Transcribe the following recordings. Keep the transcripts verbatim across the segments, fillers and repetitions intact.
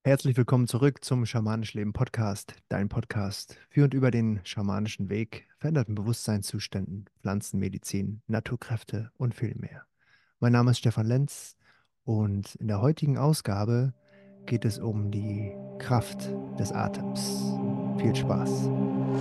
Herzlich willkommen zurück zum Schamanisch Leben Podcast, dein Podcast für und über den schamanischen Weg, veränderten Bewusstseinszuständen, Pflanzenmedizin, Naturkräfte und viel mehr. Mein Name ist Stefan Lenz und in der heutigen Ausgabe geht es um die Kraft des Atems. Viel Spaß.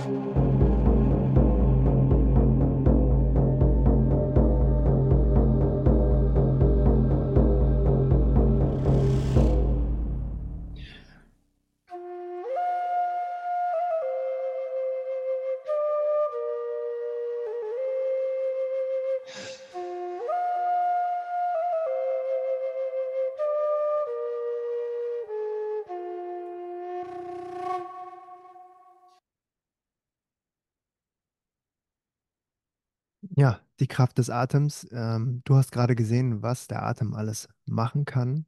Ja, die Kraft des Atems. Ähm, du hast gerade gesehen, was der Atem alles machen kann.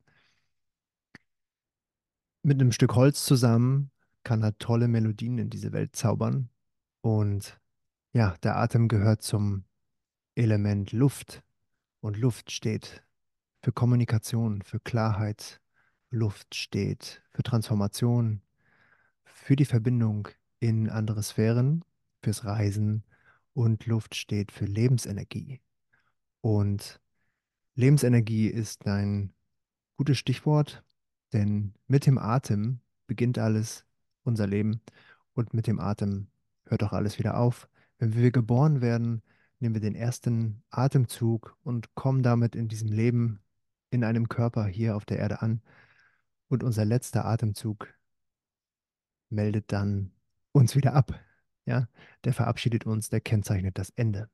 Mit einem Stück Holz zusammen kann er tolle Melodien in diese Welt zaubern. Und ja, der Atem gehört zum Element Luft. Und Luft steht für Kommunikation, für Klarheit. Luft steht für Transformation, für die Verbindung in andere Sphären, fürs Reisen. Und Luft steht für Lebensenergie. Und Lebensenergie ist ein gutes Stichwort, denn mit dem Atem beginnt alles, unser Leben, und mit dem Atem hört auch alles wieder auf. Wenn wir geboren werden, nehmen wir den ersten Atemzug und kommen damit in diesem Leben in einem Körper hier auf der Erde an. Und unser letzter Atemzug meldet dann uns wieder ab. Ja, der verabschiedet uns, der kennzeichnet das Ende.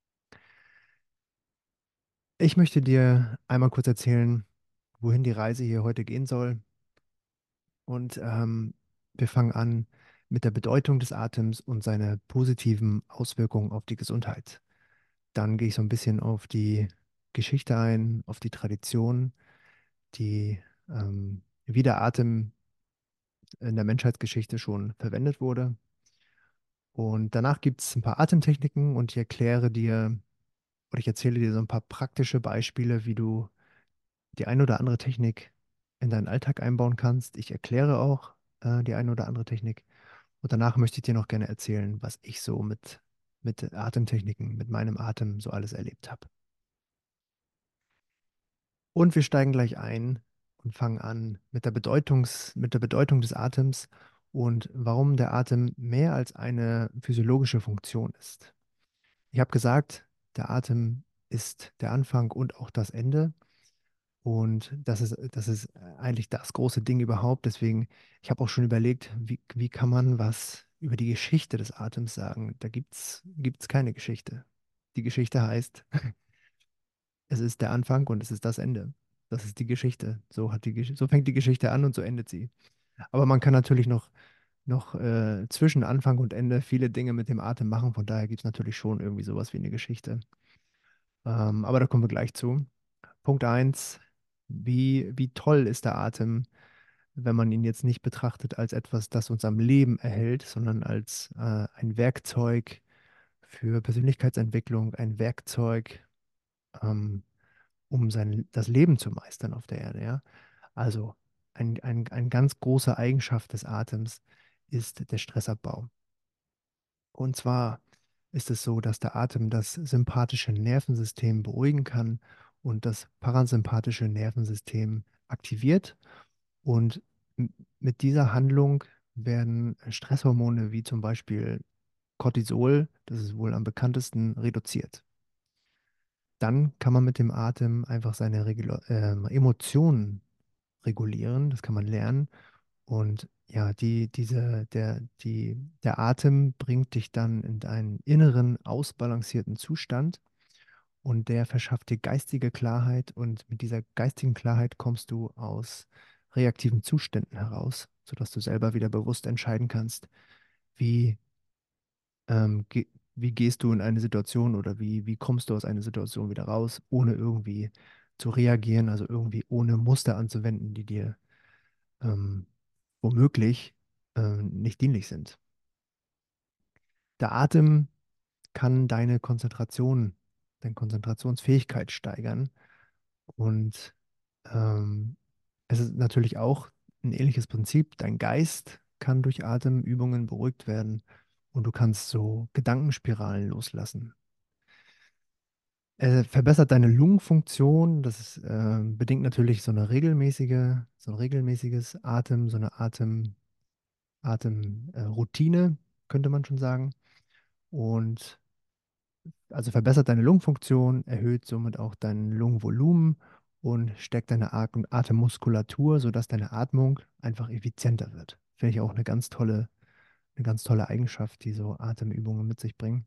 Ich möchte dir einmal kurz erzählen, wohin die Reise hier heute gehen soll. Und ähm, wir fangen an mit der Bedeutung des Atems und seine positiven Auswirkungen auf die Gesundheit. Dann gehe ich so ein bisschen auf die Geschichte ein, auf die Tradition, die, ähm, wie der Atem in der Menschheitsgeschichte schon verwendet wurde. Und danach gibt es ein paar Atemtechniken und ich erkläre dir oder ich erzähle dir so ein paar praktische Beispiele, wie du die eine oder andere Technik in deinen Alltag einbauen kannst. Ich erkläre auch äh, die eine oder andere Technik. Und danach möchte ich dir noch gerne erzählen, was ich so mit, mit Atemtechniken, mit meinem Atem so alles erlebt habe. Und wir steigen gleich ein und fangen an mit der Bedeutungs, mit der Bedeutung des Atems und warum der Atem mehr als eine physiologische Funktion ist. Ich habe gesagt, der Atem ist der Anfang und auch das Ende. Und das ist, das ist eigentlich das große Ding überhaupt. Deswegen, ich habe auch schon überlegt, wie, wie kann man was über die Geschichte des Atems sagen? Da gibt es gibt's keine Geschichte. Die Geschichte heißt, es ist der Anfang und es ist das Ende. Das ist die Geschichte. So hat die, Gesch- so fängt die Geschichte an und so endet sie. Aber man kann natürlich noch, noch äh, zwischen Anfang und Ende viele Dinge mit dem Atem machen. Von daher gibt es natürlich schon irgendwie sowas wie eine Geschichte. Ähm, aber da kommen wir gleich zu. Punkt eins: wie, wie toll ist der Atem, wenn man ihn jetzt nicht betrachtet als etwas, das uns am Leben erhält, sondern als äh, ein Werkzeug für Persönlichkeitsentwicklung, ein Werkzeug, ähm, um sein, das Leben zu meistern auf der Erde. Ja? Also ein, ein, eine ganz große Eigenschaft des Atems ist der Stressabbau. Und zwar ist es so, dass der Atem das sympathische Nervensystem beruhigen kann und das parasympathische Nervensystem aktiviert. Und m- mit dieser Handlung werden Stresshormone wie zum Beispiel Cortisol, das ist wohl am bekanntesten, reduziert. Dann kann man mit dem Atem einfach seine Regula ähm, Emotionen regulieren. Das kann man lernen. Und ja, die, diese, der, die, der Atem bringt dich dann in einen inneren, ausbalancierten Zustand und der verschafft dir geistige Klarheit und mit dieser geistigen Klarheit kommst du aus reaktiven Zuständen heraus, sodass du selber wieder bewusst entscheiden kannst, wie, ähm, ge wie gehst du in eine Situation oder wie, wie kommst du aus einer Situation wieder raus, ohne irgendwie zu reagieren, also irgendwie ohne Muster anzuwenden, die dir ähm, womöglich äh, nicht dienlich sind. Der Atem kann deine Konzentration, deine Konzentrationsfähigkeit steigern und ähm, es ist natürlich auch ein ähnliches Prinzip. Dein Geist kann durch Atemübungen beruhigt werden und du kannst so Gedankenspiralen loslassen. Er verbessert deine Lungenfunktion. Das ist, äh, bedingt natürlich so eine regelmäßige, so ein regelmäßiges Atem, so eine Atem, Atemroutine, äh, Routine, könnte man schon sagen. Und also verbessert deine Lungenfunktion, erhöht somit auch dein Lungenvolumen und stärkt deine Atem Atemmuskulatur, sodass deine Atmung einfach effizienter wird. Finde ich auch eine ganz tolle, eine ganz tolle Eigenschaft, die so Atemübungen mit sich bringen.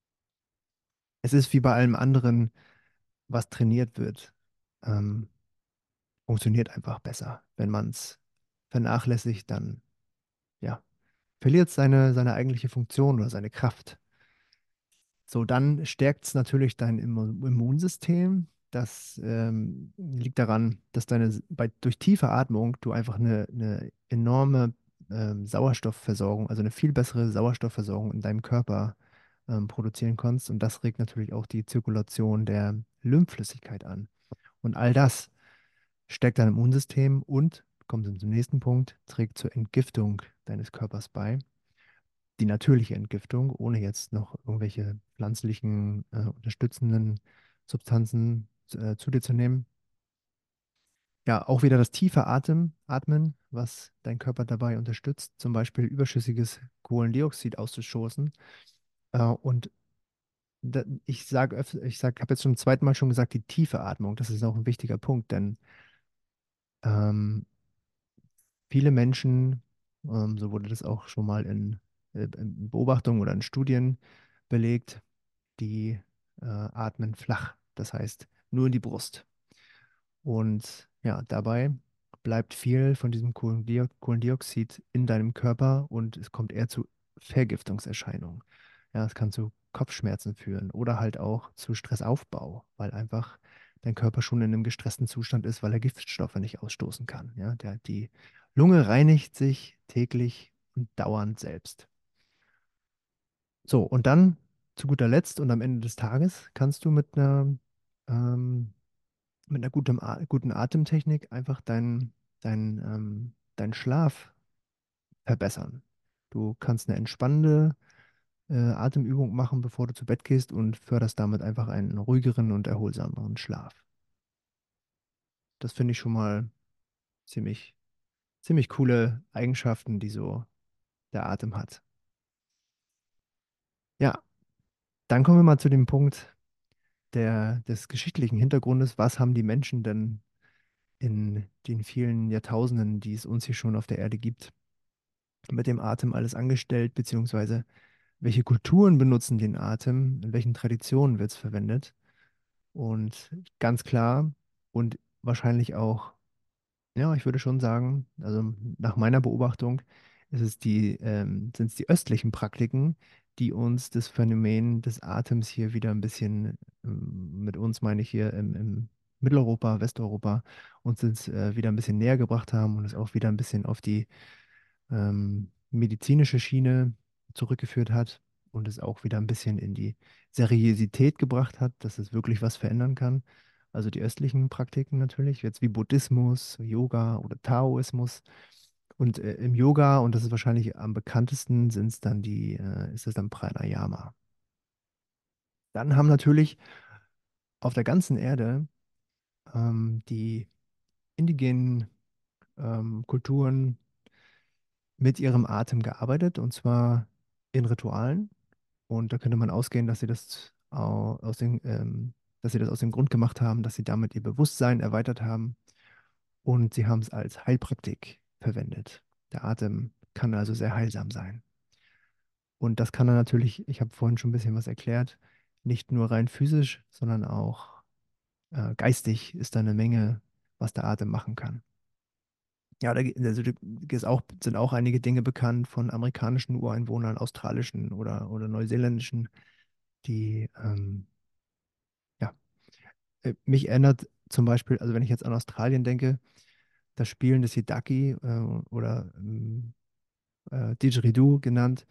Es ist wie bei allem anderen, was trainiert wird, ähm, funktioniert einfach besser. Wenn man es vernachlässigt, dann ja, verliert es seine, seine eigentliche Funktion oder seine Kraft. So, dann stärkt es natürlich dein Immu- Immunsystem. Das ähm, liegt daran, dass deine, bei, durch tiefe Atmung du einfach eine, eine enorme ähm, Sauerstoffversorgung, also eine viel bessere Sauerstoffversorgung in deinem Körper ähm, produzieren kannst. Und das regt natürlich auch die Zirkulation der Lymphflüssigkeit an. Und all das stärkt dein Immunsystem und, kommt zum nächsten Punkt, trägt zur Entgiftung deines Körpers bei, die natürliche Entgiftung, ohne jetzt noch irgendwelche pflanzlichen äh, unterstützenden Substanzen äh, zu dir zu nehmen. Ja, auch wieder das tiefe Atem, Atmen, was dein Körper dabei unterstützt, zum Beispiel überschüssiges Kohlendioxid auszustoßen. Äh, und da, ich sage, ich sag, habe jetzt schon zum zweiten Mal schon gesagt, die tiefe Atmung, das ist auch ein wichtiger Punkt, denn ähm, viele Menschen, ähm, so wurde das auch schon mal in, äh, in Beobachtungen oder in Studien belegt, die äh, atmen flach, das heißt nur in die Brust. Und ja, dabei bleibt viel von diesem Kohlendio Kohlendioxid in deinem Körper und es kommt eher zu Vergiftungserscheinungen. Ja, es kann zu Kopfschmerzen führen oder halt auch zu Stressaufbau, weil einfach dein Körper schon in einem gestressten Zustand ist, weil er Giftstoffe nicht ausstoßen kann. Ja, der, die Lunge reinigt sich täglich und dauernd selbst. So, und dann zu guter Letzt und am Ende des Tages kannst du mit einer, ähm, mit einer guten, A- guten Atemtechnik einfach deinen dein, ähm, deinen Schlaf verbessern. Du kannst eine entspannende äh, Atemübung machen, bevor du zu Bett gehst und förderst damit einfach einen ruhigeren und erholsameren Schlaf. Das finde ich schon mal ziemlich, ziemlich coole Eigenschaften, die so der Atem hat. Ja, dann kommen wir mal zu dem Punkt der, des geschichtlichen Hintergrundes. Was haben die Menschen denn in den vielen Jahrtausenden, die es uns hier schon auf der Erde gibt, mit dem Atem alles angestellt, beziehungsweise welche Kulturen benutzen den Atem, in welchen Traditionen wird es verwendet? Und ganz klar und wahrscheinlich auch, ja, ich würde schon sagen, also nach meiner Beobachtung ist es die, ähm, sind es die östlichen Praktiken, die uns das Phänomen des Atems hier wieder ein bisschen, ähm, mit uns meine ich hier im, im Mitteleuropa, Westeuropa, uns es äh, wieder ein bisschen näher gebracht haben und es auch wieder ein bisschen auf die ähm, medizinische Schiene zurückgeführt hat und es auch wieder ein bisschen in die Seriosität gebracht hat, dass es wirklich was verändern kann. Also die östlichen Praktiken natürlich, jetzt wie Buddhismus, Yoga oder Taoismus. Und äh, im Yoga, und das ist wahrscheinlich am bekanntesten, sind es dann die, äh, ist es dann Pranayama. Dann haben natürlich auf der ganzen Erde ähm, die indigenen ähm, Kulturen mit ihrem Atem gearbeitet, und zwar in Ritualen. Und da könnte man ausgehen, dass sie das au- aus den, ähm, dass sie das aus dem Grund gemacht haben, dass sie damit ihr Bewusstsein erweitert haben und sie haben es als Heilpraktik verwendet. Der Atem kann also sehr heilsam sein. Und das kann er natürlich, ich habe vorhin schon ein bisschen was erklärt, nicht nur rein physisch, sondern auch äh, geistig ist da eine Menge, was der Atem machen kann. Ja, da ge- also, da ist auch, sind auch einige Dinge bekannt von amerikanischen Ureinwohnern, australischen oder, oder neuseeländischen, die ähm, ja, äh, mich erinnert zum Beispiel, also wenn ich jetzt an Australien denke, das Spielen des Hidaki äh, oder ähm, äh, Didgeridoo genannt,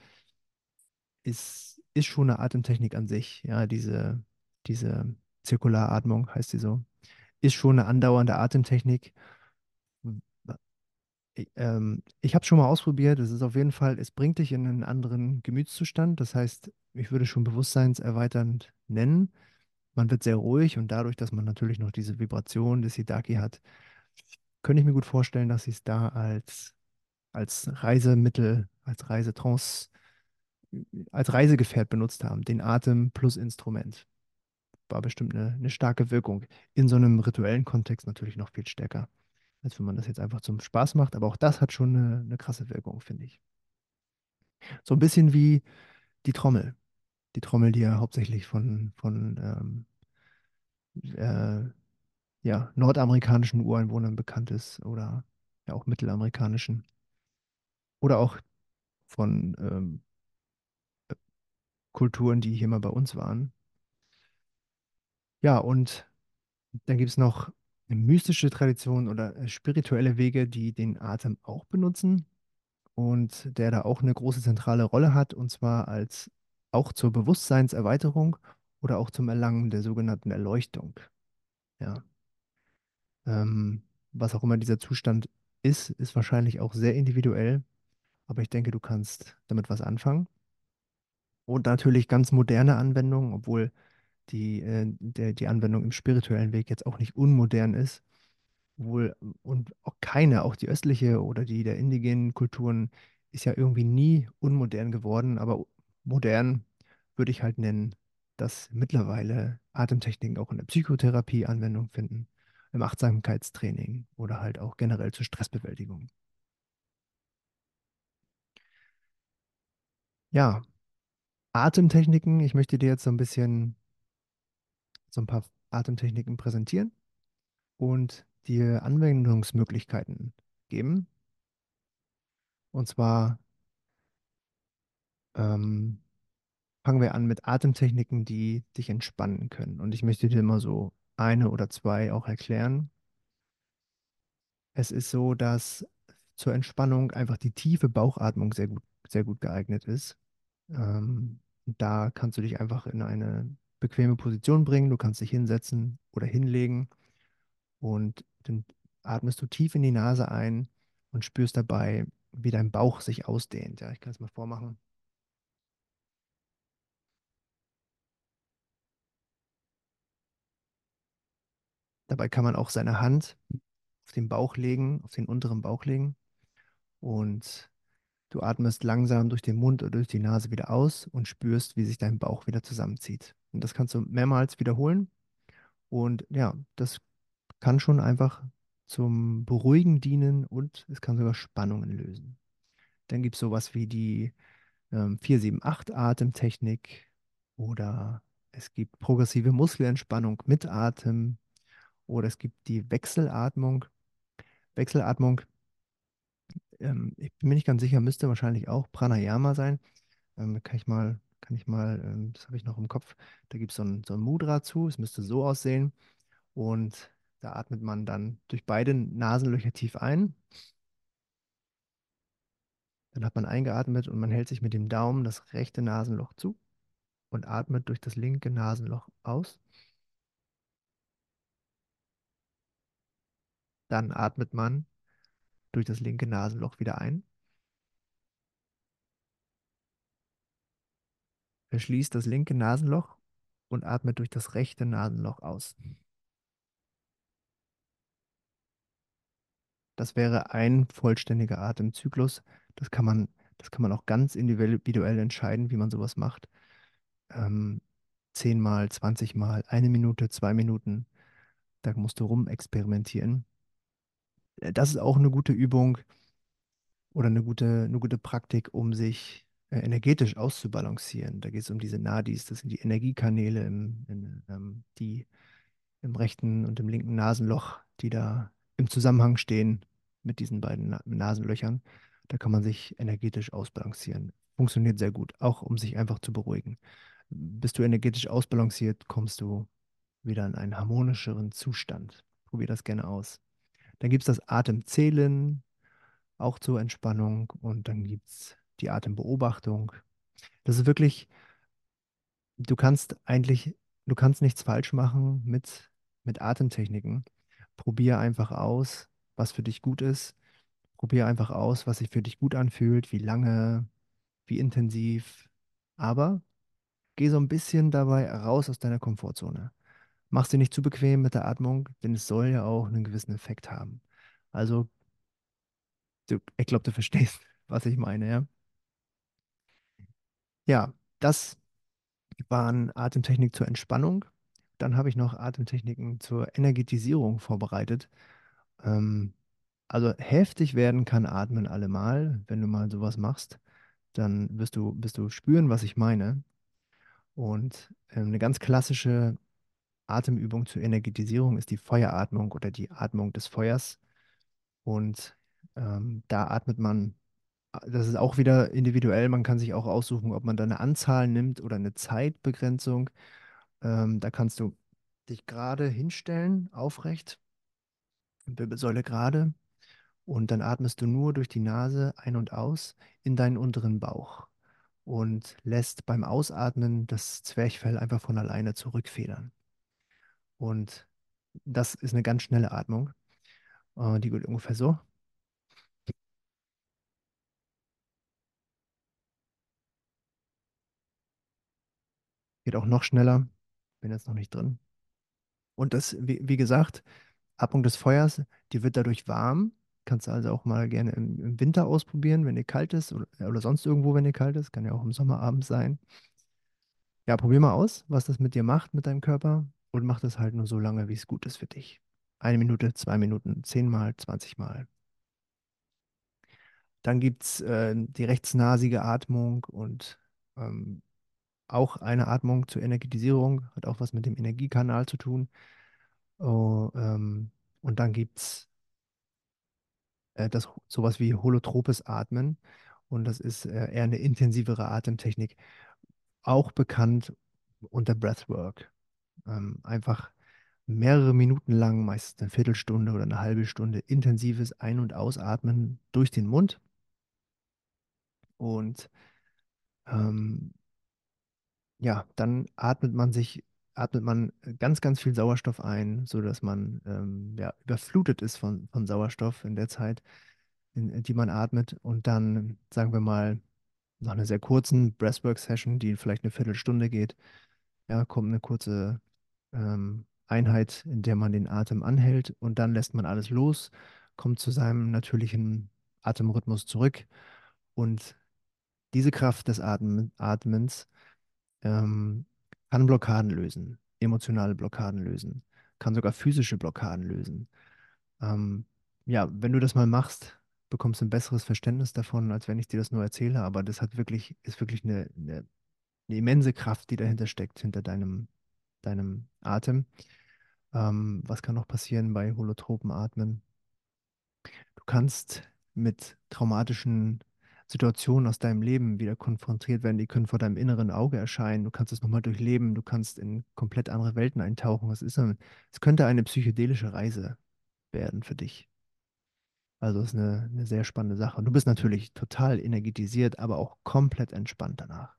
ist, ist schon eine Atemtechnik an sich. Ja, diese, diese Zirkularatmung heißt sie so, ist schon eine andauernde Atemtechnik. Ich, ähm, ich habe es schon mal ausprobiert. Es ist auf jeden Fall, es bringt dich in einen anderen Gemütszustand. Das heißt, ich würde schon bewusstseinserweiternd nennen. Man wird sehr ruhig und dadurch, dass man natürlich noch diese Vibration des Hidaki hat, könnte ich mir gut vorstellen, dass sie es da als, als Reisemittel, als Reisetrance, als Reisegefährt benutzt haben. Den Atem plus Instrument. War bestimmt eine, eine starke Wirkung. In so einem rituellen Kontext natürlich noch viel stärker, als wenn man das jetzt einfach zum Spaß macht. Aber auch das hat schon eine, eine krasse Wirkung, finde ich. So ein bisschen wie die Trommel. Die Trommel, die ja hauptsächlich von, von ähm, äh, ja, nordamerikanischen Ureinwohnern bekannt ist oder ja auch mittelamerikanischen oder auch von ähm, Kulturen, die hier mal bei uns waren. Ja, und dann gibt es noch mystische Traditionen oder äh, spirituelle Wege, die den Atem auch benutzen und der da auch eine große zentrale Rolle hat, und zwar als auch zur Bewusstseinserweiterung oder auch zum Erlangen der sogenannten Erleuchtung. Ja, ähm, was auch immer dieser Zustand ist, ist wahrscheinlich auch sehr individuell, aber ich denke, du kannst damit was anfangen. Und natürlich ganz moderne Anwendungen, obwohl die, äh, der, die Anwendung im spirituellen Weg jetzt auch nicht unmodern ist, wohl und auch keine, auch die östliche oder die der indigenen Kulturen ist ja irgendwie nie unmodern geworden, aber modern würde ich halt nennen, dass mittlerweile Atemtechniken auch in der Psychotherapie Anwendung finden, im Achtsamkeitstraining oder halt auch generell zur Stressbewältigung. Ja, Atemtechniken, ich möchte dir jetzt so ein bisschen so ein paar Atemtechniken präsentieren und dir Anwendungsmöglichkeiten geben. Und zwar ähm, fangen wir an mit Atemtechniken, die dich entspannen können. Und ich möchte dir mal so eine oder zwei auch erklären. Es ist so, dass zur Entspannung einfach die tiefe Bauchatmung sehr gut, sehr gut geeignet ist. Ähm, Da kannst du dich einfach in eine bequeme Position bringen. Du kannst dich hinsetzen oder hinlegen und dann atmest du tief in die Nase ein und spürst dabei, wie dein Bauch sich ausdehnt. Ja, ich kann es mal vormachen. Dabei kann man auch seine Hand auf den Bauch legen, auf den unteren Bauch legen und du atmest langsam durch den Mund oder durch die Nase wieder aus und spürst, wie sich dein Bauch wieder zusammenzieht. Und das kannst du mehrmals wiederholen und ja, das kann schon einfach zum Beruhigen dienen und es kann sogar Spannungen lösen. Dann gibt es sowas wie die ähm, vier sieben acht Atemtechnik oder es gibt progressive Muskelentspannung mit Atem oder es gibt die Wechselatmung. Wechselatmung, ähm, ich bin mir nicht ganz sicher, müsste wahrscheinlich auch Pranayama sein. Ähm, kann ich mal, kann ich mal, ähm, das habe ich noch im Kopf. Da gibt es so ein, so ein Mudra zu. Es müsste so aussehen. Und da atmet man dann durch beide Nasenlöcher tief ein. Dann hat man eingeatmet und man hält sich mit dem Daumen das rechte Nasenloch zu und atmet durch das linke Nasenloch aus. Dann atmet man durch das linke Nasenloch wieder ein, verschließt das linke Nasenloch und atmet durch das rechte Nasenloch aus. Das wäre ein vollständiger Atemzyklus. Das kann man, das kann man auch ganz individuell entscheiden, wie man sowas macht. Ähm, Zehnmal, zwanzigmal, eine Minute, zwei Minuten. Da musst du rumexperimentieren. Äh, Das ist auch eine gute Übung oder eine gute, eine gute Praktik, um sich äh, energetisch auszubalancieren. Da geht es um diese Nadis, das sind die Energiekanäle, im, in, ähm, die im rechten und im linken Nasenloch, die da im Zusammenhang stehen mit diesen beiden Na Nasenlöchern. Da kann man sich energetisch ausbalancieren. Funktioniert sehr gut, auch um sich einfach zu beruhigen. Bist du energetisch ausbalanciert, kommst du wieder in einen harmonischeren Zustand. Probier das gerne aus. Dann gibt es das Atemzählen, auch zur Entspannung. Und dann gibt es die Atembeobachtung. Das ist wirklich, du kannst eigentlich, du kannst nichts falsch machen mit, mit Atemtechniken. Probier einfach aus, was für dich gut ist. Probier einfach aus, was sich für dich gut anfühlt, wie lange, wie intensiv. Aber geh so ein bisschen dabei raus aus deiner Komfortzone. Mach's dir nicht zu bequem mit der Atmung, denn es soll ja auch einen gewissen Effekt haben. Also, du, ich glaube, du verstehst, was ich meine, ja? Ja, das waren Atemtechnik zur Entspannung. Dann habe ich noch Atemtechniken zur Energetisierung vorbereitet. Ähm, also heftig werden kann Atmen allemal. Wenn du mal sowas machst, dann wirst du, wirst du spüren, was ich meine. Und ähm, eine ganz klassische Atemübung zur Energetisierung ist die Feueratmung oder die Atmung des Feuers. Und ähm, da atmet man, das ist auch wieder individuell, man kann sich auch aussuchen, ob man da eine Anzahl nimmt oder eine Zeitbegrenzung. Ähm, da kannst du dich gerade hinstellen, aufrecht, Wirbelsäule gerade, und dann atmest du nur durch die Nase ein und aus in deinen unteren Bauch und lässt beim Ausatmen das Zwerchfell einfach von alleine zurückfedern. Und das ist eine ganz schnelle Atmung. Äh, die geht ungefähr so. Geht auch noch schneller. Bin jetzt noch nicht drin. Und das, wie, wie gesagt, Atmung des Feuers, die wird dadurch warm. Kannst du also auch mal gerne im, im Winter ausprobieren, wenn dir kalt ist oder, oder sonst irgendwo, wenn dir kalt ist. Kann ja auch im Sommerabend sein. Ja, probier mal aus, was das mit dir macht, mit deinem Körper. Und mach das halt nur so lange, wie es gut ist für dich. Eine Minute, zwei Minuten, zehnmal, zwanzig Mal. Dann gibt es äh, die rechtsnasige Atmung und ähm, auch eine Atmung zur Energetisierung, hat auch was mit dem Energiekanal zu tun. Oh, ähm, und dann gibt es äh, das sowas wie holotropes Atmen. Und das ist äh, eher eine intensivere Atemtechnik, auch bekannt unter Breathwork. Ähm, einfach mehrere Minuten lang, meistens eine Viertelstunde oder eine halbe Stunde, intensives Ein- und Ausatmen durch den Mund. Und ähm, ja, dann atmet man sich, atmet man ganz, ganz viel Sauerstoff ein, sodass man ähm, ja, überflutet ist von, von Sauerstoff in der Zeit, in, in die man atmet. Und dann, sagen wir mal, nach einer sehr kurzen Breathwork-Session, die vielleicht eine Viertelstunde geht, ja, kommt eine kurze ähm, Einheit, in der man den Atem anhält und dann lässt man alles los, kommt zu seinem natürlichen Atemrhythmus zurück und diese Kraft des Atmen, Atmens ähm, kann Blockaden lösen, emotionale Blockaden lösen, kann sogar physische Blockaden lösen. Ähm, ja, wenn du das mal machst, bekommst du ein besseres Verständnis davon, als wenn ich dir das nur erzähle, aber das hat wirklich, ist wirklich eine, eine, eine immense Kraft, die dahinter steckt, hinter deinem, deinem Atem. Ähm, was kann noch passieren bei holotropen Atmen? Du kannst mit traumatischen Situationen aus deinem Leben wieder konfrontiert werden. Die können vor deinem inneren Auge erscheinen. Du kannst es nochmal durchleben. Du kannst in komplett andere Welten eintauchen. Es ist ein, es könnte eine psychedelische Reise werden für dich. Also es ist eine, eine sehr spannende Sache. Und du bist natürlich total energetisiert, aber auch komplett entspannt danach.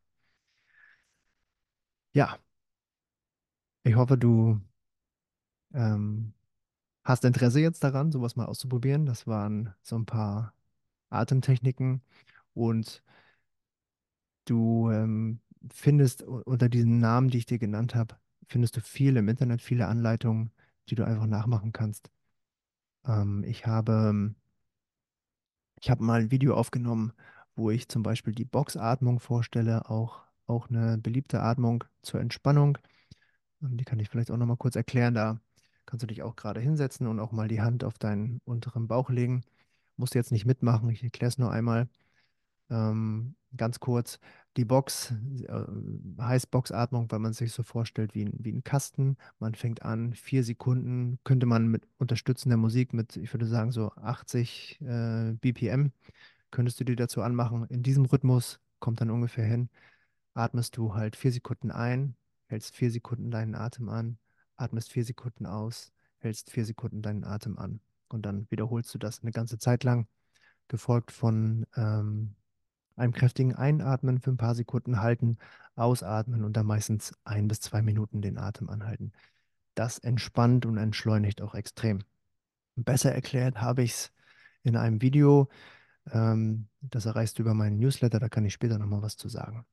Ja, ich hoffe, du ähm, hast Interesse jetzt daran, sowas mal auszuprobieren. Das waren so ein paar Atemtechniken und du ähm, findest u- unter diesen Namen, die ich dir genannt habe, findest du viel im Internet, viele Anleitungen, die du einfach nachmachen kannst. Ähm, ich habe, ähm, ich habe mal ein Video aufgenommen, wo ich zum Beispiel die Boxatmung vorstelle, auch, auch eine beliebte Atmung zur Entspannung. Ähm, die kann ich vielleicht auch noch mal kurz erklären. Da kannst du dich auch gerade hinsetzen und auch mal die Hand auf deinen unteren Bauch legen. Musst du jetzt nicht mitmachen, ich erkläre es nur einmal. Ähm, ganz kurz, die Box äh, heißt Boxatmung, weil man sich so vorstellt wie ein, wie ein Kasten. Man fängt an, vier Sekunden, könnte man mit unterstützender Musik mit, ich würde sagen, so achtzig äh, B P M, könntest du dir dazu anmachen. In diesem Rhythmus kommt dann ungefähr hin, atmest du halt vier Sekunden ein, hältst vier Sekunden deinen Atem an, atmest vier Sekunden aus, hältst vier Sekunden deinen Atem an. Und dann wiederholst du das eine ganze Zeit lang, gefolgt von ähm, einem kräftigen Einatmen für ein paar Sekunden halten, ausatmen und dann meistens ein bis zwei Minuten den Atem anhalten. Das entspannt und entschleunigt auch extrem. Besser erklärt habe ich es in einem Video. Ähm, das erreichst du über meinen Newsletter, da kann ich später nochmal was zu sagen.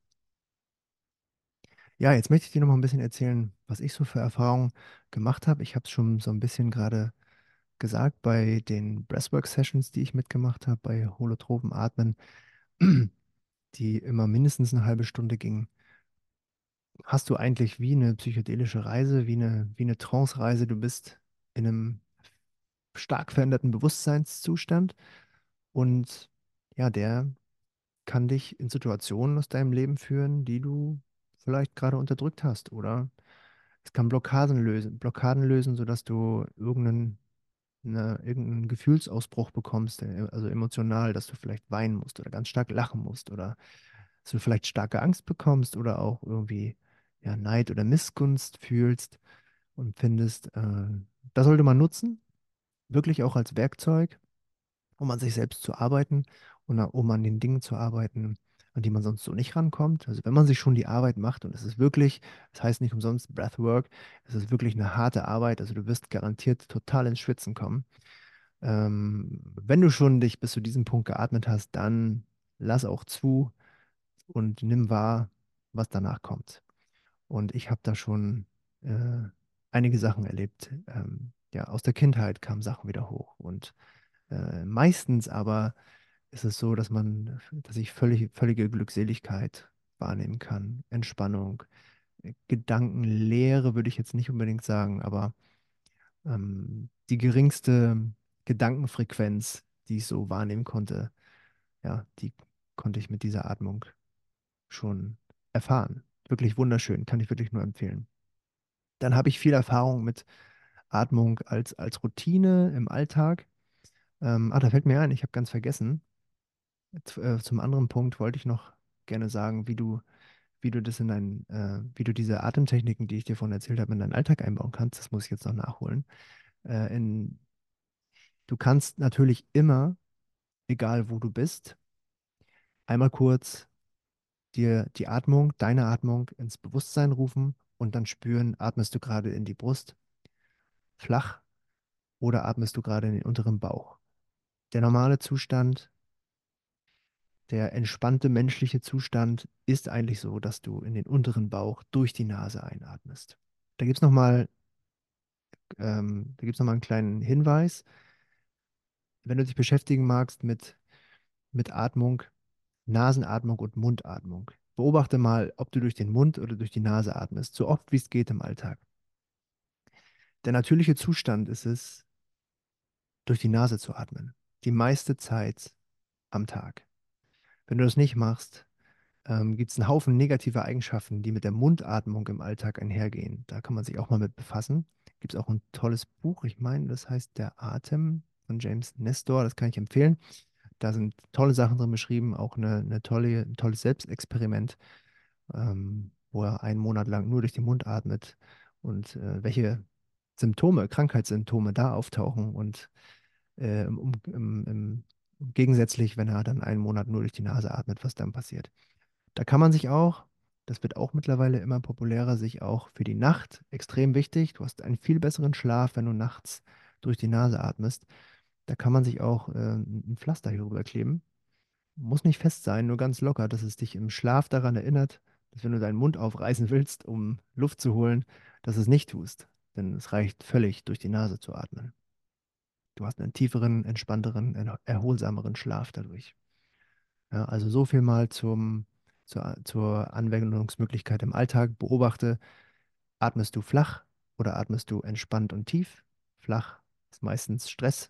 Ja, jetzt möchte ich dir nochmal ein bisschen erzählen, was ich so für Erfahrungen gemacht habe. Ich habe es schon so ein bisschen gerade gesagt bei den Breathwork-Sessions, die ich mitgemacht habe, bei holotrophem Atmen, die immer mindestens eine halbe Stunde gingen. Hast du eigentlich wie eine psychedelische Reise, wie eine, wie eine Trance-Reise. Du bist in einem stark veränderten Bewusstseinszustand und ja, der kann dich in Situationen aus deinem Leben führen, die du vielleicht gerade unterdrückt hast, oder es kann Blockaden lösen, Blockaden lösen, sodass du irgendeinen, eine, irgendeinen Gefühlsausbruch bekommst, äh, also emotional, dass du vielleicht weinen musst oder ganz stark lachen musst oder dass du vielleicht starke Angst bekommst oder auch irgendwie ja, Neid oder Missgunst fühlst und findest, äh, das sollte man nutzen, wirklich auch als Werkzeug, um an sich selbst zu arbeiten und a- um an den Dingen zu arbeiten, an die man sonst so nicht rankommt. Also wenn man sich schon die Arbeit macht, und es ist wirklich, das heißt nicht umsonst Breathwork, es ist wirklich eine harte Arbeit, also du wirst garantiert total ins Schwitzen kommen. Ähm, wenn du schon dich bis zu diesem Punkt geatmet hast, dann lass auch zu und nimm wahr, was danach kommt. Und ich habe da schon äh, einige Sachen erlebt. Ähm, ja, aus der Kindheit kamen Sachen wieder hoch. Und äh, meistens aber ist es so, dass man, dass ich völlig, völlige Glückseligkeit wahrnehmen kann, Entspannung, äh, Gedankenleere würde ich jetzt nicht unbedingt sagen, aber ähm, die geringste Gedankenfrequenz, die ich so wahrnehmen konnte, ja, die konnte ich mit dieser Atmung schon erfahren. Wirklich wunderschön, kann ich wirklich nur empfehlen. Dann habe ich viel Erfahrung mit Atmung als, als Routine im Alltag. Ähm, ah, da fällt mir ein, ich habe ganz vergessen. Z- äh, Zum anderen Punkt wollte ich noch gerne sagen, wie du, wie du das in dein, äh, wie du diese Atemtechniken, die ich dir vorhin erzählt habe, in deinen Alltag einbauen kannst. Das muss ich jetzt noch nachholen. Äh, in, du kannst natürlich immer, egal wo du bist, einmal kurz dir die Atmung, deine Atmung ins Bewusstsein rufen und dann spüren, atmest du gerade in die Brust flach oder atmest du gerade in den unteren Bauch. Der normale Zustand, der entspannte menschliche Zustand ist eigentlich so, dass du in den unteren Bauch durch die Nase einatmest. Da gibt es nochmal, ähm, da gibt's noch mal einen kleinen Hinweis. Wenn du dich beschäftigen magst mit, mit Atmung, Nasenatmung und Mundatmung, beobachte mal, ob du durch den Mund oder durch die Nase atmest, so oft wie es geht im Alltag. Der natürliche Zustand ist es, durch die Nase zu atmen. Die meiste Zeit am Tag. Wenn du das nicht machst, ähm, gibt es einen Haufen negativer Eigenschaften, die mit der Mundatmung im Alltag einhergehen. Da kann man sich auch mal mit befassen. Gibt es auch ein tolles Buch, ich meine, das heißt Der Atem von James Nestor, das kann ich empfehlen. Da sind tolle Sachen drin beschrieben, auch eine, eine tolle, ein tolles Selbstexperiment, ähm, wo er einen Monat lang nur durch den Mund atmet und äh, welche Symptome, Krankheitssymptome da auftauchen und äh, im, um, im, im, gegensätzlich, wenn er dann einen Monat nur durch die Nase atmet, was dann passiert. Da kann man sich auch, das wird auch mittlerweile immer populärer, sich auch für die Nacht, extrem wichtig, du hast einen viel besseren Schlaf, wenn du nachts durch die Nase atmest. Da kann man sich auch äh, ein Pflaster hier rüber kleben. Muss nicht fest sein, nur ganz locker, dass es dich im Schlaf daran erinnert, dass wenn du deinen Mund aufreißen willst, um Luft zu holen, dass es nicht tust. Denn es reicht völlig, durch die Nase zu atmen. Du hast einen tieferen, entspannteren, er- erholsameren Schlaf dadurch. Ja, also so viel mal zum, zur, zur Anwendungsmöglichkeit im Alltag. Beobachte, atmest du flach oder atmest du entspannt und tief? Flach ist meistens Stress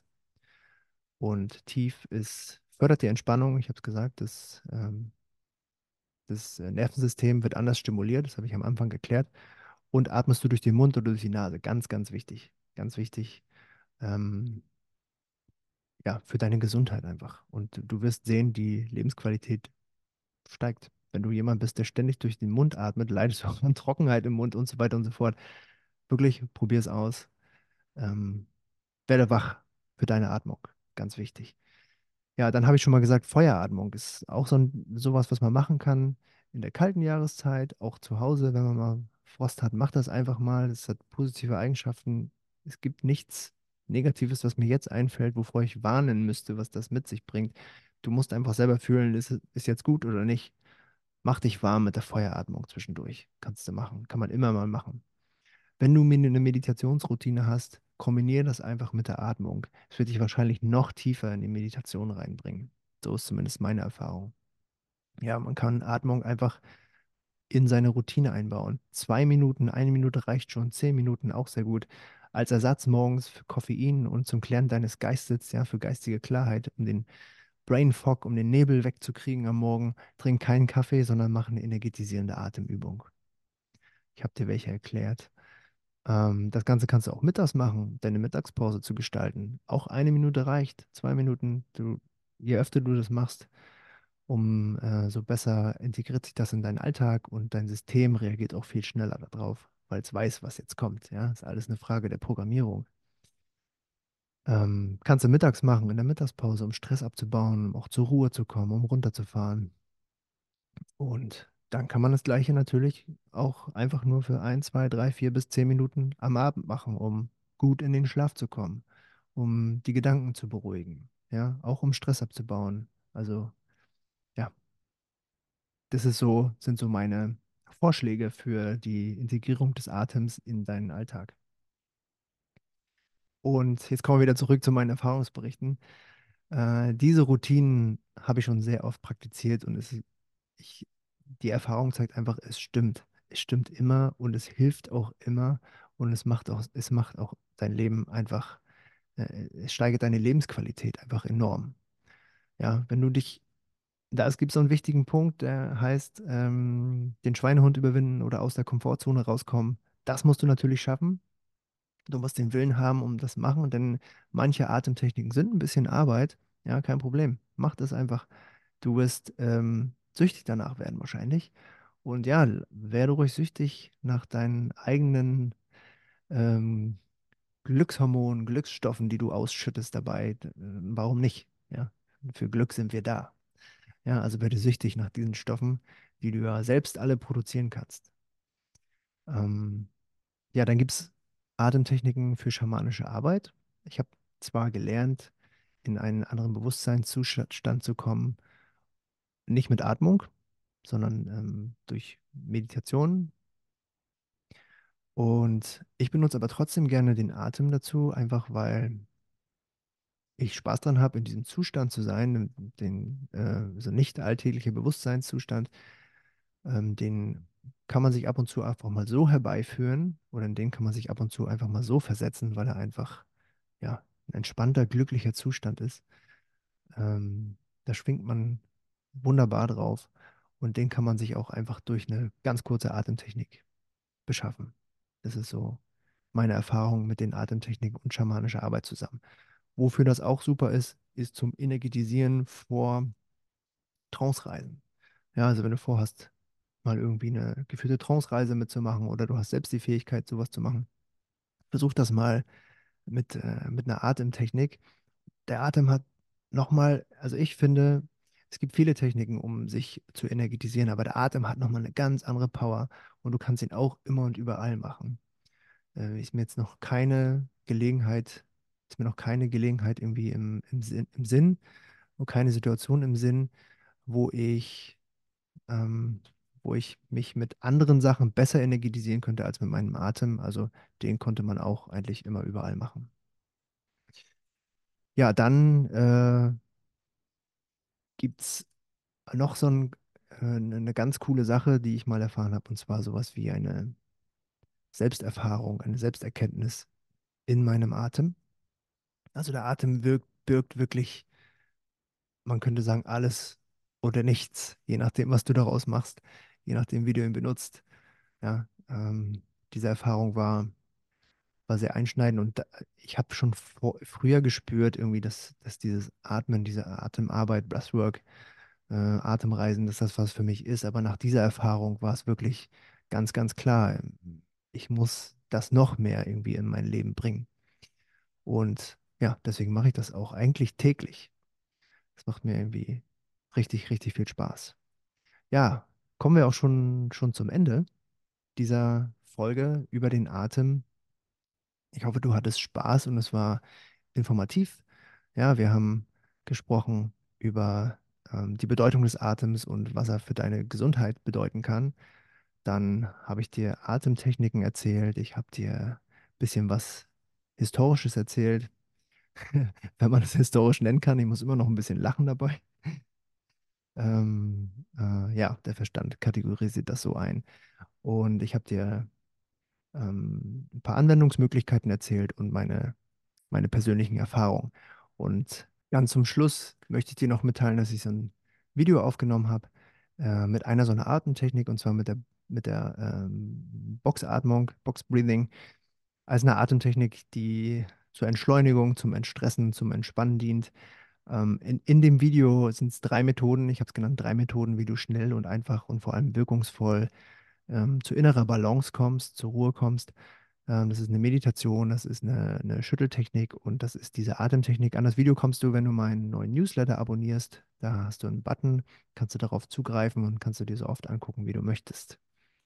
und tief ist, fördert die Entspannung. Ich habe es gesagt, das, ähm, das äh, Nervensystem wird anders stimuliert, das habe ich am Anfang geklärt. Und atmest du durch den Mund oder durch die Nase? Ganz, ganz wichtig. Ganz wichtig. Ähm, ja, für deine Gesundheit einfach. Und du wirst sehen, die Lebensqualität steigt. Wenn du jemand bist, der ständig durch den Mund atmet, leidest du auch an Trockenheit im Mund und so weiter und so fort. Wirklich, probier es aus. Ähm, Werde wach für deine Atmung. Ganz wichtig. Ja, dann habe ich schon mal gesagt, Feueratmung ist auch so ein, sowas, was man machen kann in der kalten Jahreszeit, auch zu Hause, wenn man mal Frost hat, macht das einfach mal. Das hat positive Eigenschaften. Es gibt nichts. Negatives, was mir jetzt einfällt, wovor ich warnen müsste, was das mit sich bringt. Du musst einfach selber fühlen, ist, es- ist jetzt gut oder nicht. Mach dich warm mit der Feueratmung zwischendurch. Kannst du machen. Kann man immer mal machen. Wenn du mir eine Meditationsroutine hast, kombiniere das einfach mit der Atmung. Es wird dich wahrscheinlich noch tiefer in die Meditation reinbringen. So ist zumindest meine Erfahrung. Ja, man kann Atmung einfach in seine Routine einbauen. Zwei Minuten, eine Minute reicht schon, zehn Minuten auch sehr gut. Als Ersatz morgens für Koffein und zum Klären deines Geistes, ja, für geistige Klarheit, um den Brain Fog, um den Nebel wegzukriegen am Morgen, trink keinen Kaffee, sondern mach eine energetisierende Atemübung. Ich habe dir welche erklärt. Ähm, das Ganze kannst du auch mittags machen, deine Mittagspause zu gestalten. Auch eine Minute reicht, zwei Minuten. Du, je öfter du das machst, um äh, so besser integriert sich das in deinen Alltag und dein System reagiert auch viel schneller darauf, weil es weiß, was jetzt kommt. Ja, ist alles eine Frage der Programmierung. Ähm, kannst du mittags machen, in der Mittagspause, um Stress abzubauen, um auch zur Ruhe zu kommen, um runterzufahren. Und dann kann man das Gleiche natürlich auch einfach nur für ein, zwei, drei, vier bis zehn Minuten am Abend machen, um gut in den Schlaf zu kommen, um die Gedanken zu beruhigen, ja, auch um Stress abzubauen. Also, ja, das ist so, sind so meine Vorschläge für die Integrierung des Atems in deinen Alltag. Und jetzt kommen wir wieder zurück zu meinen Erfahrungsberichten. Äh, diese Routinen habe ich schon sehr oft praktiziert und es, ich, die Erfahrung zeigt einfach, es stimmt. Es stimmt immer und es hilft auch immer und es macht auch, es macht auch dein Leben einfach, äh, es steigert deine Lebensqualität einfach enorm. Ja, wenn du dich, da es gibt so einen wichtigen Punkt, der heißt, ähm, den Schweinehund überwinden oder aus der Komfortzone rauskommen. Das musst du natürlich schaffen. Du musst den Willen haben, um das machen, denn manche Atemtechniken sind ein bisschen Arbeit. Ja, kein Problem. Mach das einfach. Du wirst ähm, süchtig danach werden wahrscheinlich. Und ja, l- werde ruhig süchtig nach deinen eigenen ähm, Glückshormonen, Glücksstoffen, die du ausschüttest dabei. D- äh, Warum nicht? Ja, für Glück sind wir da. Ja, also werde süchtig nach diesen Stoffen, die du ja selbst alle produzieren kannst. Ähm, Ja, dann gibt es Atemtechniken für schamanische Arbeit. Ich habe zwar gelernt, in einen anderen Bewusstseinszustand zu kommen, nicht mit Atmung, sondern ähm, durch Meditation. Und ich benutze aber trotzdem gerne den Atem dazu, einfach weil ich Spaß dran habe, in diesem Zustand zu sein, den äh, so nicht alltäglicher Bewusstseinszustand. Ähm, den kann man sich ab und zu einfach mal so herbeiführen oder in den kann man sich ab und zu einfach mal so versetzen, weil er einfach ja, ein entspannter, glücklicher Zustand ist. Ähm, Da schwingt man wunderbar drauf und den kann man sich auch einfach durch eine ganz kurze Atemtechnik beschaffen. Das ist so meine Erfahrung mit den Atemtechniken und schamanischer Arbeit zusammen. Wofür das auch super ist, ist zum Energetisieren vor Trance-Reisen. Ja, also wenn du vorhast, mal irgendwie eine geführte Trance-Reise mitzumachen oder du hast selbst die Fähigkeit, sowas zu machen, versuch das mal mit, äh, mit einer Atemtechnik. Der Atem hat nochmal, also ich finde, es gibt viele Techniken, um sich zu energetisieren, aber der Atem hat nochmal eine ganz andere Power und du kannst ihn auch immer und überall machen. Äh, ist mir jetzt noch keine Gelegenheit, ist mir noch keine Gelegenheit irgendwie im, im Sinn, im Sinn und keine Situation im Sinn, wo ich, ähm, wo ich mich mit anderen Sachen besser energetisieren könnte als mit meinem Atem. Also den konnte man auch eigentlich immer überall machen. Ja, dann äh, gibt es noch so ein, äh, eine ganz coole Sache, die ich mal erfahren habe, und zwar sowas wie eine Selbsterfahrung, eine Selbsterkenntnis in meinem Atem. Also der Atem wirkt, birgt wirklich, man könnte sagen, alles oder nichts, je nachdem, was du daraus machst, je nachdem, wie du ihn benutzt. Ja, ähm, diese Erfahrung war, war sehr einschneidend und da, ich habe schon vor, früher gespürt, irgendwie, dass, dass dieses Atmen, diese Atemarbeit, Breathwork, äh, Atemreisen, dass das was für mich ist. Aber nach dieser Erfahrung war es wirklich ganz, ganz klar, ähm, ich muss das noch mehr irgendwie in mein Leben bringen. Und ja, deswegen mache ich das auch eigentlich täglich. Das macht mir irgendwie richtig, richtig viel Spaß. Ja, kommen wir auch schon, schon zum Ende dieser Folge über den Atem. Ich hoffe, du hattest Spaß und es war informativ. Ja, wir haben gesprochen über ähm, die Bedeutung des Atems und was er für deine Gesundheit bedeuten kann. Dann habe ich dir Atemtechniken erzählt. Ich habe dir ein bisschen was Historisches erzählt, wenn man es historisch nennen kann. Ich muss immer noch ein bisschen lachen dabei. Ähm, äh, ja, der Verstand kategorisiert das so ein. Und ich habe dir ähm, ein paar Anwendungsmöglichkeiten erzählt und meine, meine persönlichen Erfahrungen. Und ganz zum Schluss möchte ich dir noch mitteilen, dass ich so ein Video aufgenommen habe äh, mit einer so einer Atemtechnik, und zwar mit der, mit der ähm, Boxatmung, Box Breathing, als eine Atemtechnik, die zur Entschleunigung, zum Entstressen, zum Entspannen dient. Ähm, in, in dem Video sind es drei Methoden, ich habe es genannt, drei Methoden, wie du schnell und einfach und vor allem wirkungsvoll ähm, zu innerer Balance kommst, zur Ruhe kommst. Ähm, das ist eine Meditation, das ist eine, eine Schütteltechnik und das ist diese Atemtechnik. An das Video kommst du, wenn du meinen neuen Newsletter abonnierst. Da hast du einen Button, kannst du darauf zugreifen und kannst du dir so oft angucken, wie du möchtest.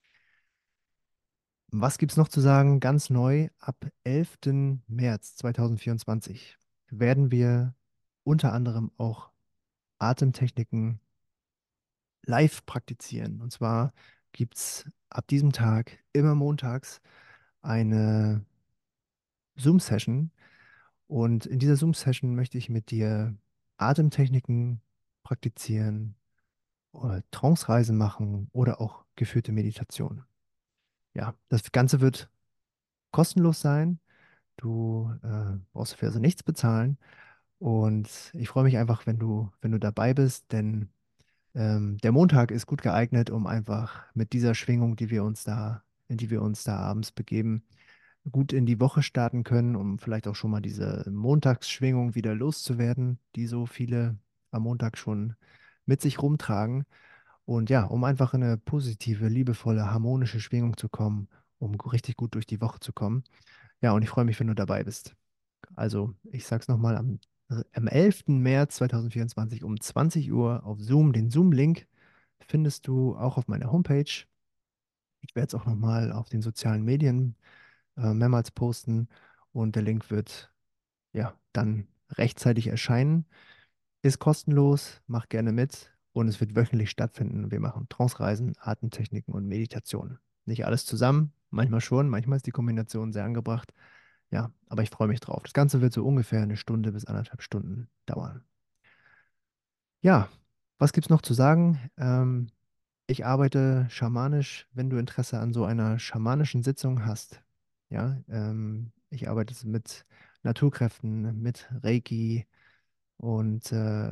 Was gibt es noch zu sagen? Ganz neu, ab elften März zweitausendvierundzwanzig werden wir unter anderem auch Atemtechniken live praktizieren. Und zwar gibt es ab diesem Tag immer montags eine Zoom-Session. Und in dieser Zoom-Session möchte ich mit dir Atemtechniken praktizieren, oder Trance-Reisen machen oder auch geführte Meditation. Ja, das Ganze wird kostenlos sein. Du äh, brauchst dafür also nichts bezahlen. Und ich freue mich einfach, wenn du, wenn du dabei bist, denn ähm, der Montag ist gut geeignet, um einfach mit dieser Schwingung, die wir uns da, in die wir uns da abends begeben, gut in die Woche starten können, um vielleicht auch schon mal diese Montagsschwingung wieder loszuwerden, die so viele am Montag schon mit sich rumtragen. Und ja, um einfach in eine positive, liebevolle, harmonische Schwingung zu kommen, um richtig gut durch die Woche zu kommen. Ja, und ich freue mich, wenn du dabei bist. Also, ich sag's nochmal, am, am elften März zweitausendvierundzwanzig um zwanzig Uhr auf Zoom. Den Zoom-Link findest du auch auf meiner Homepage. Ich werde es auch nochmal auf den sozialen Medien äh, mehrmals posten und der Link wird ja dann rechtzeitig erscheinen. Ist kostenlos, mach gerne mit und es wird wöchentlich stattfinden. Wir machen Trance-Reisen, Atemtechniken und Meditationen. Nicht alles zusammen, manchmal schon, manchmal ist die Kombination sehr angebracht. Ja, aber ich freue mich drauf. Das Ganze wird so ungefähr eine Stunde bis anderthalb Stunden dauern. Ja, was gibt's noch zu sagen? Ähm, ich arbeite schamanisch, wenn du Interesse an so einer schamanischen Sitzung hast. Ja, ähm, ich arbeite mit Naturkräften, mit Reiki und äh,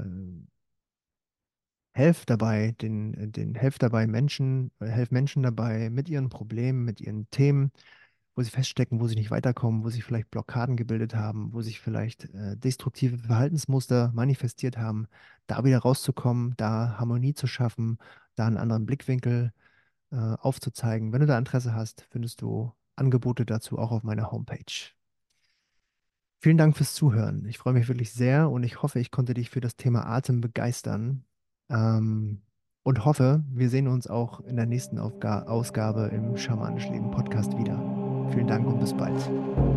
helf dabei, den, den helf dabei Menschen, äh, helf Menschen dabei mit ihren Problemen, mit ihren Themen, wo sie feststecken, wo sie nicht weiterkommen, wo sich vielleicht Blockaden gebildet haben, wo sich vielleicht äh, destruktive Verhaltensmuster manifestiert haben, da wieder rauszukommen, da Harmonie zu schaffen, da einen anderen Blickwinkel äh, aufzuzeigen. Wenn du da Interesse hast, findest du Angebote dazu auch auf meiner Homepage. Vielen Dank fürs Zuhören. Ich freue mich wirklich sehr und ich hoffe, ich konnte dich für das Thema Atem begeistern. Ähm, und hoffe, wir sehen uns auch in der nächsten Aufga Ausgabe im Schamanisch Leben Podcast wieder. Vielen Dank und bis bald.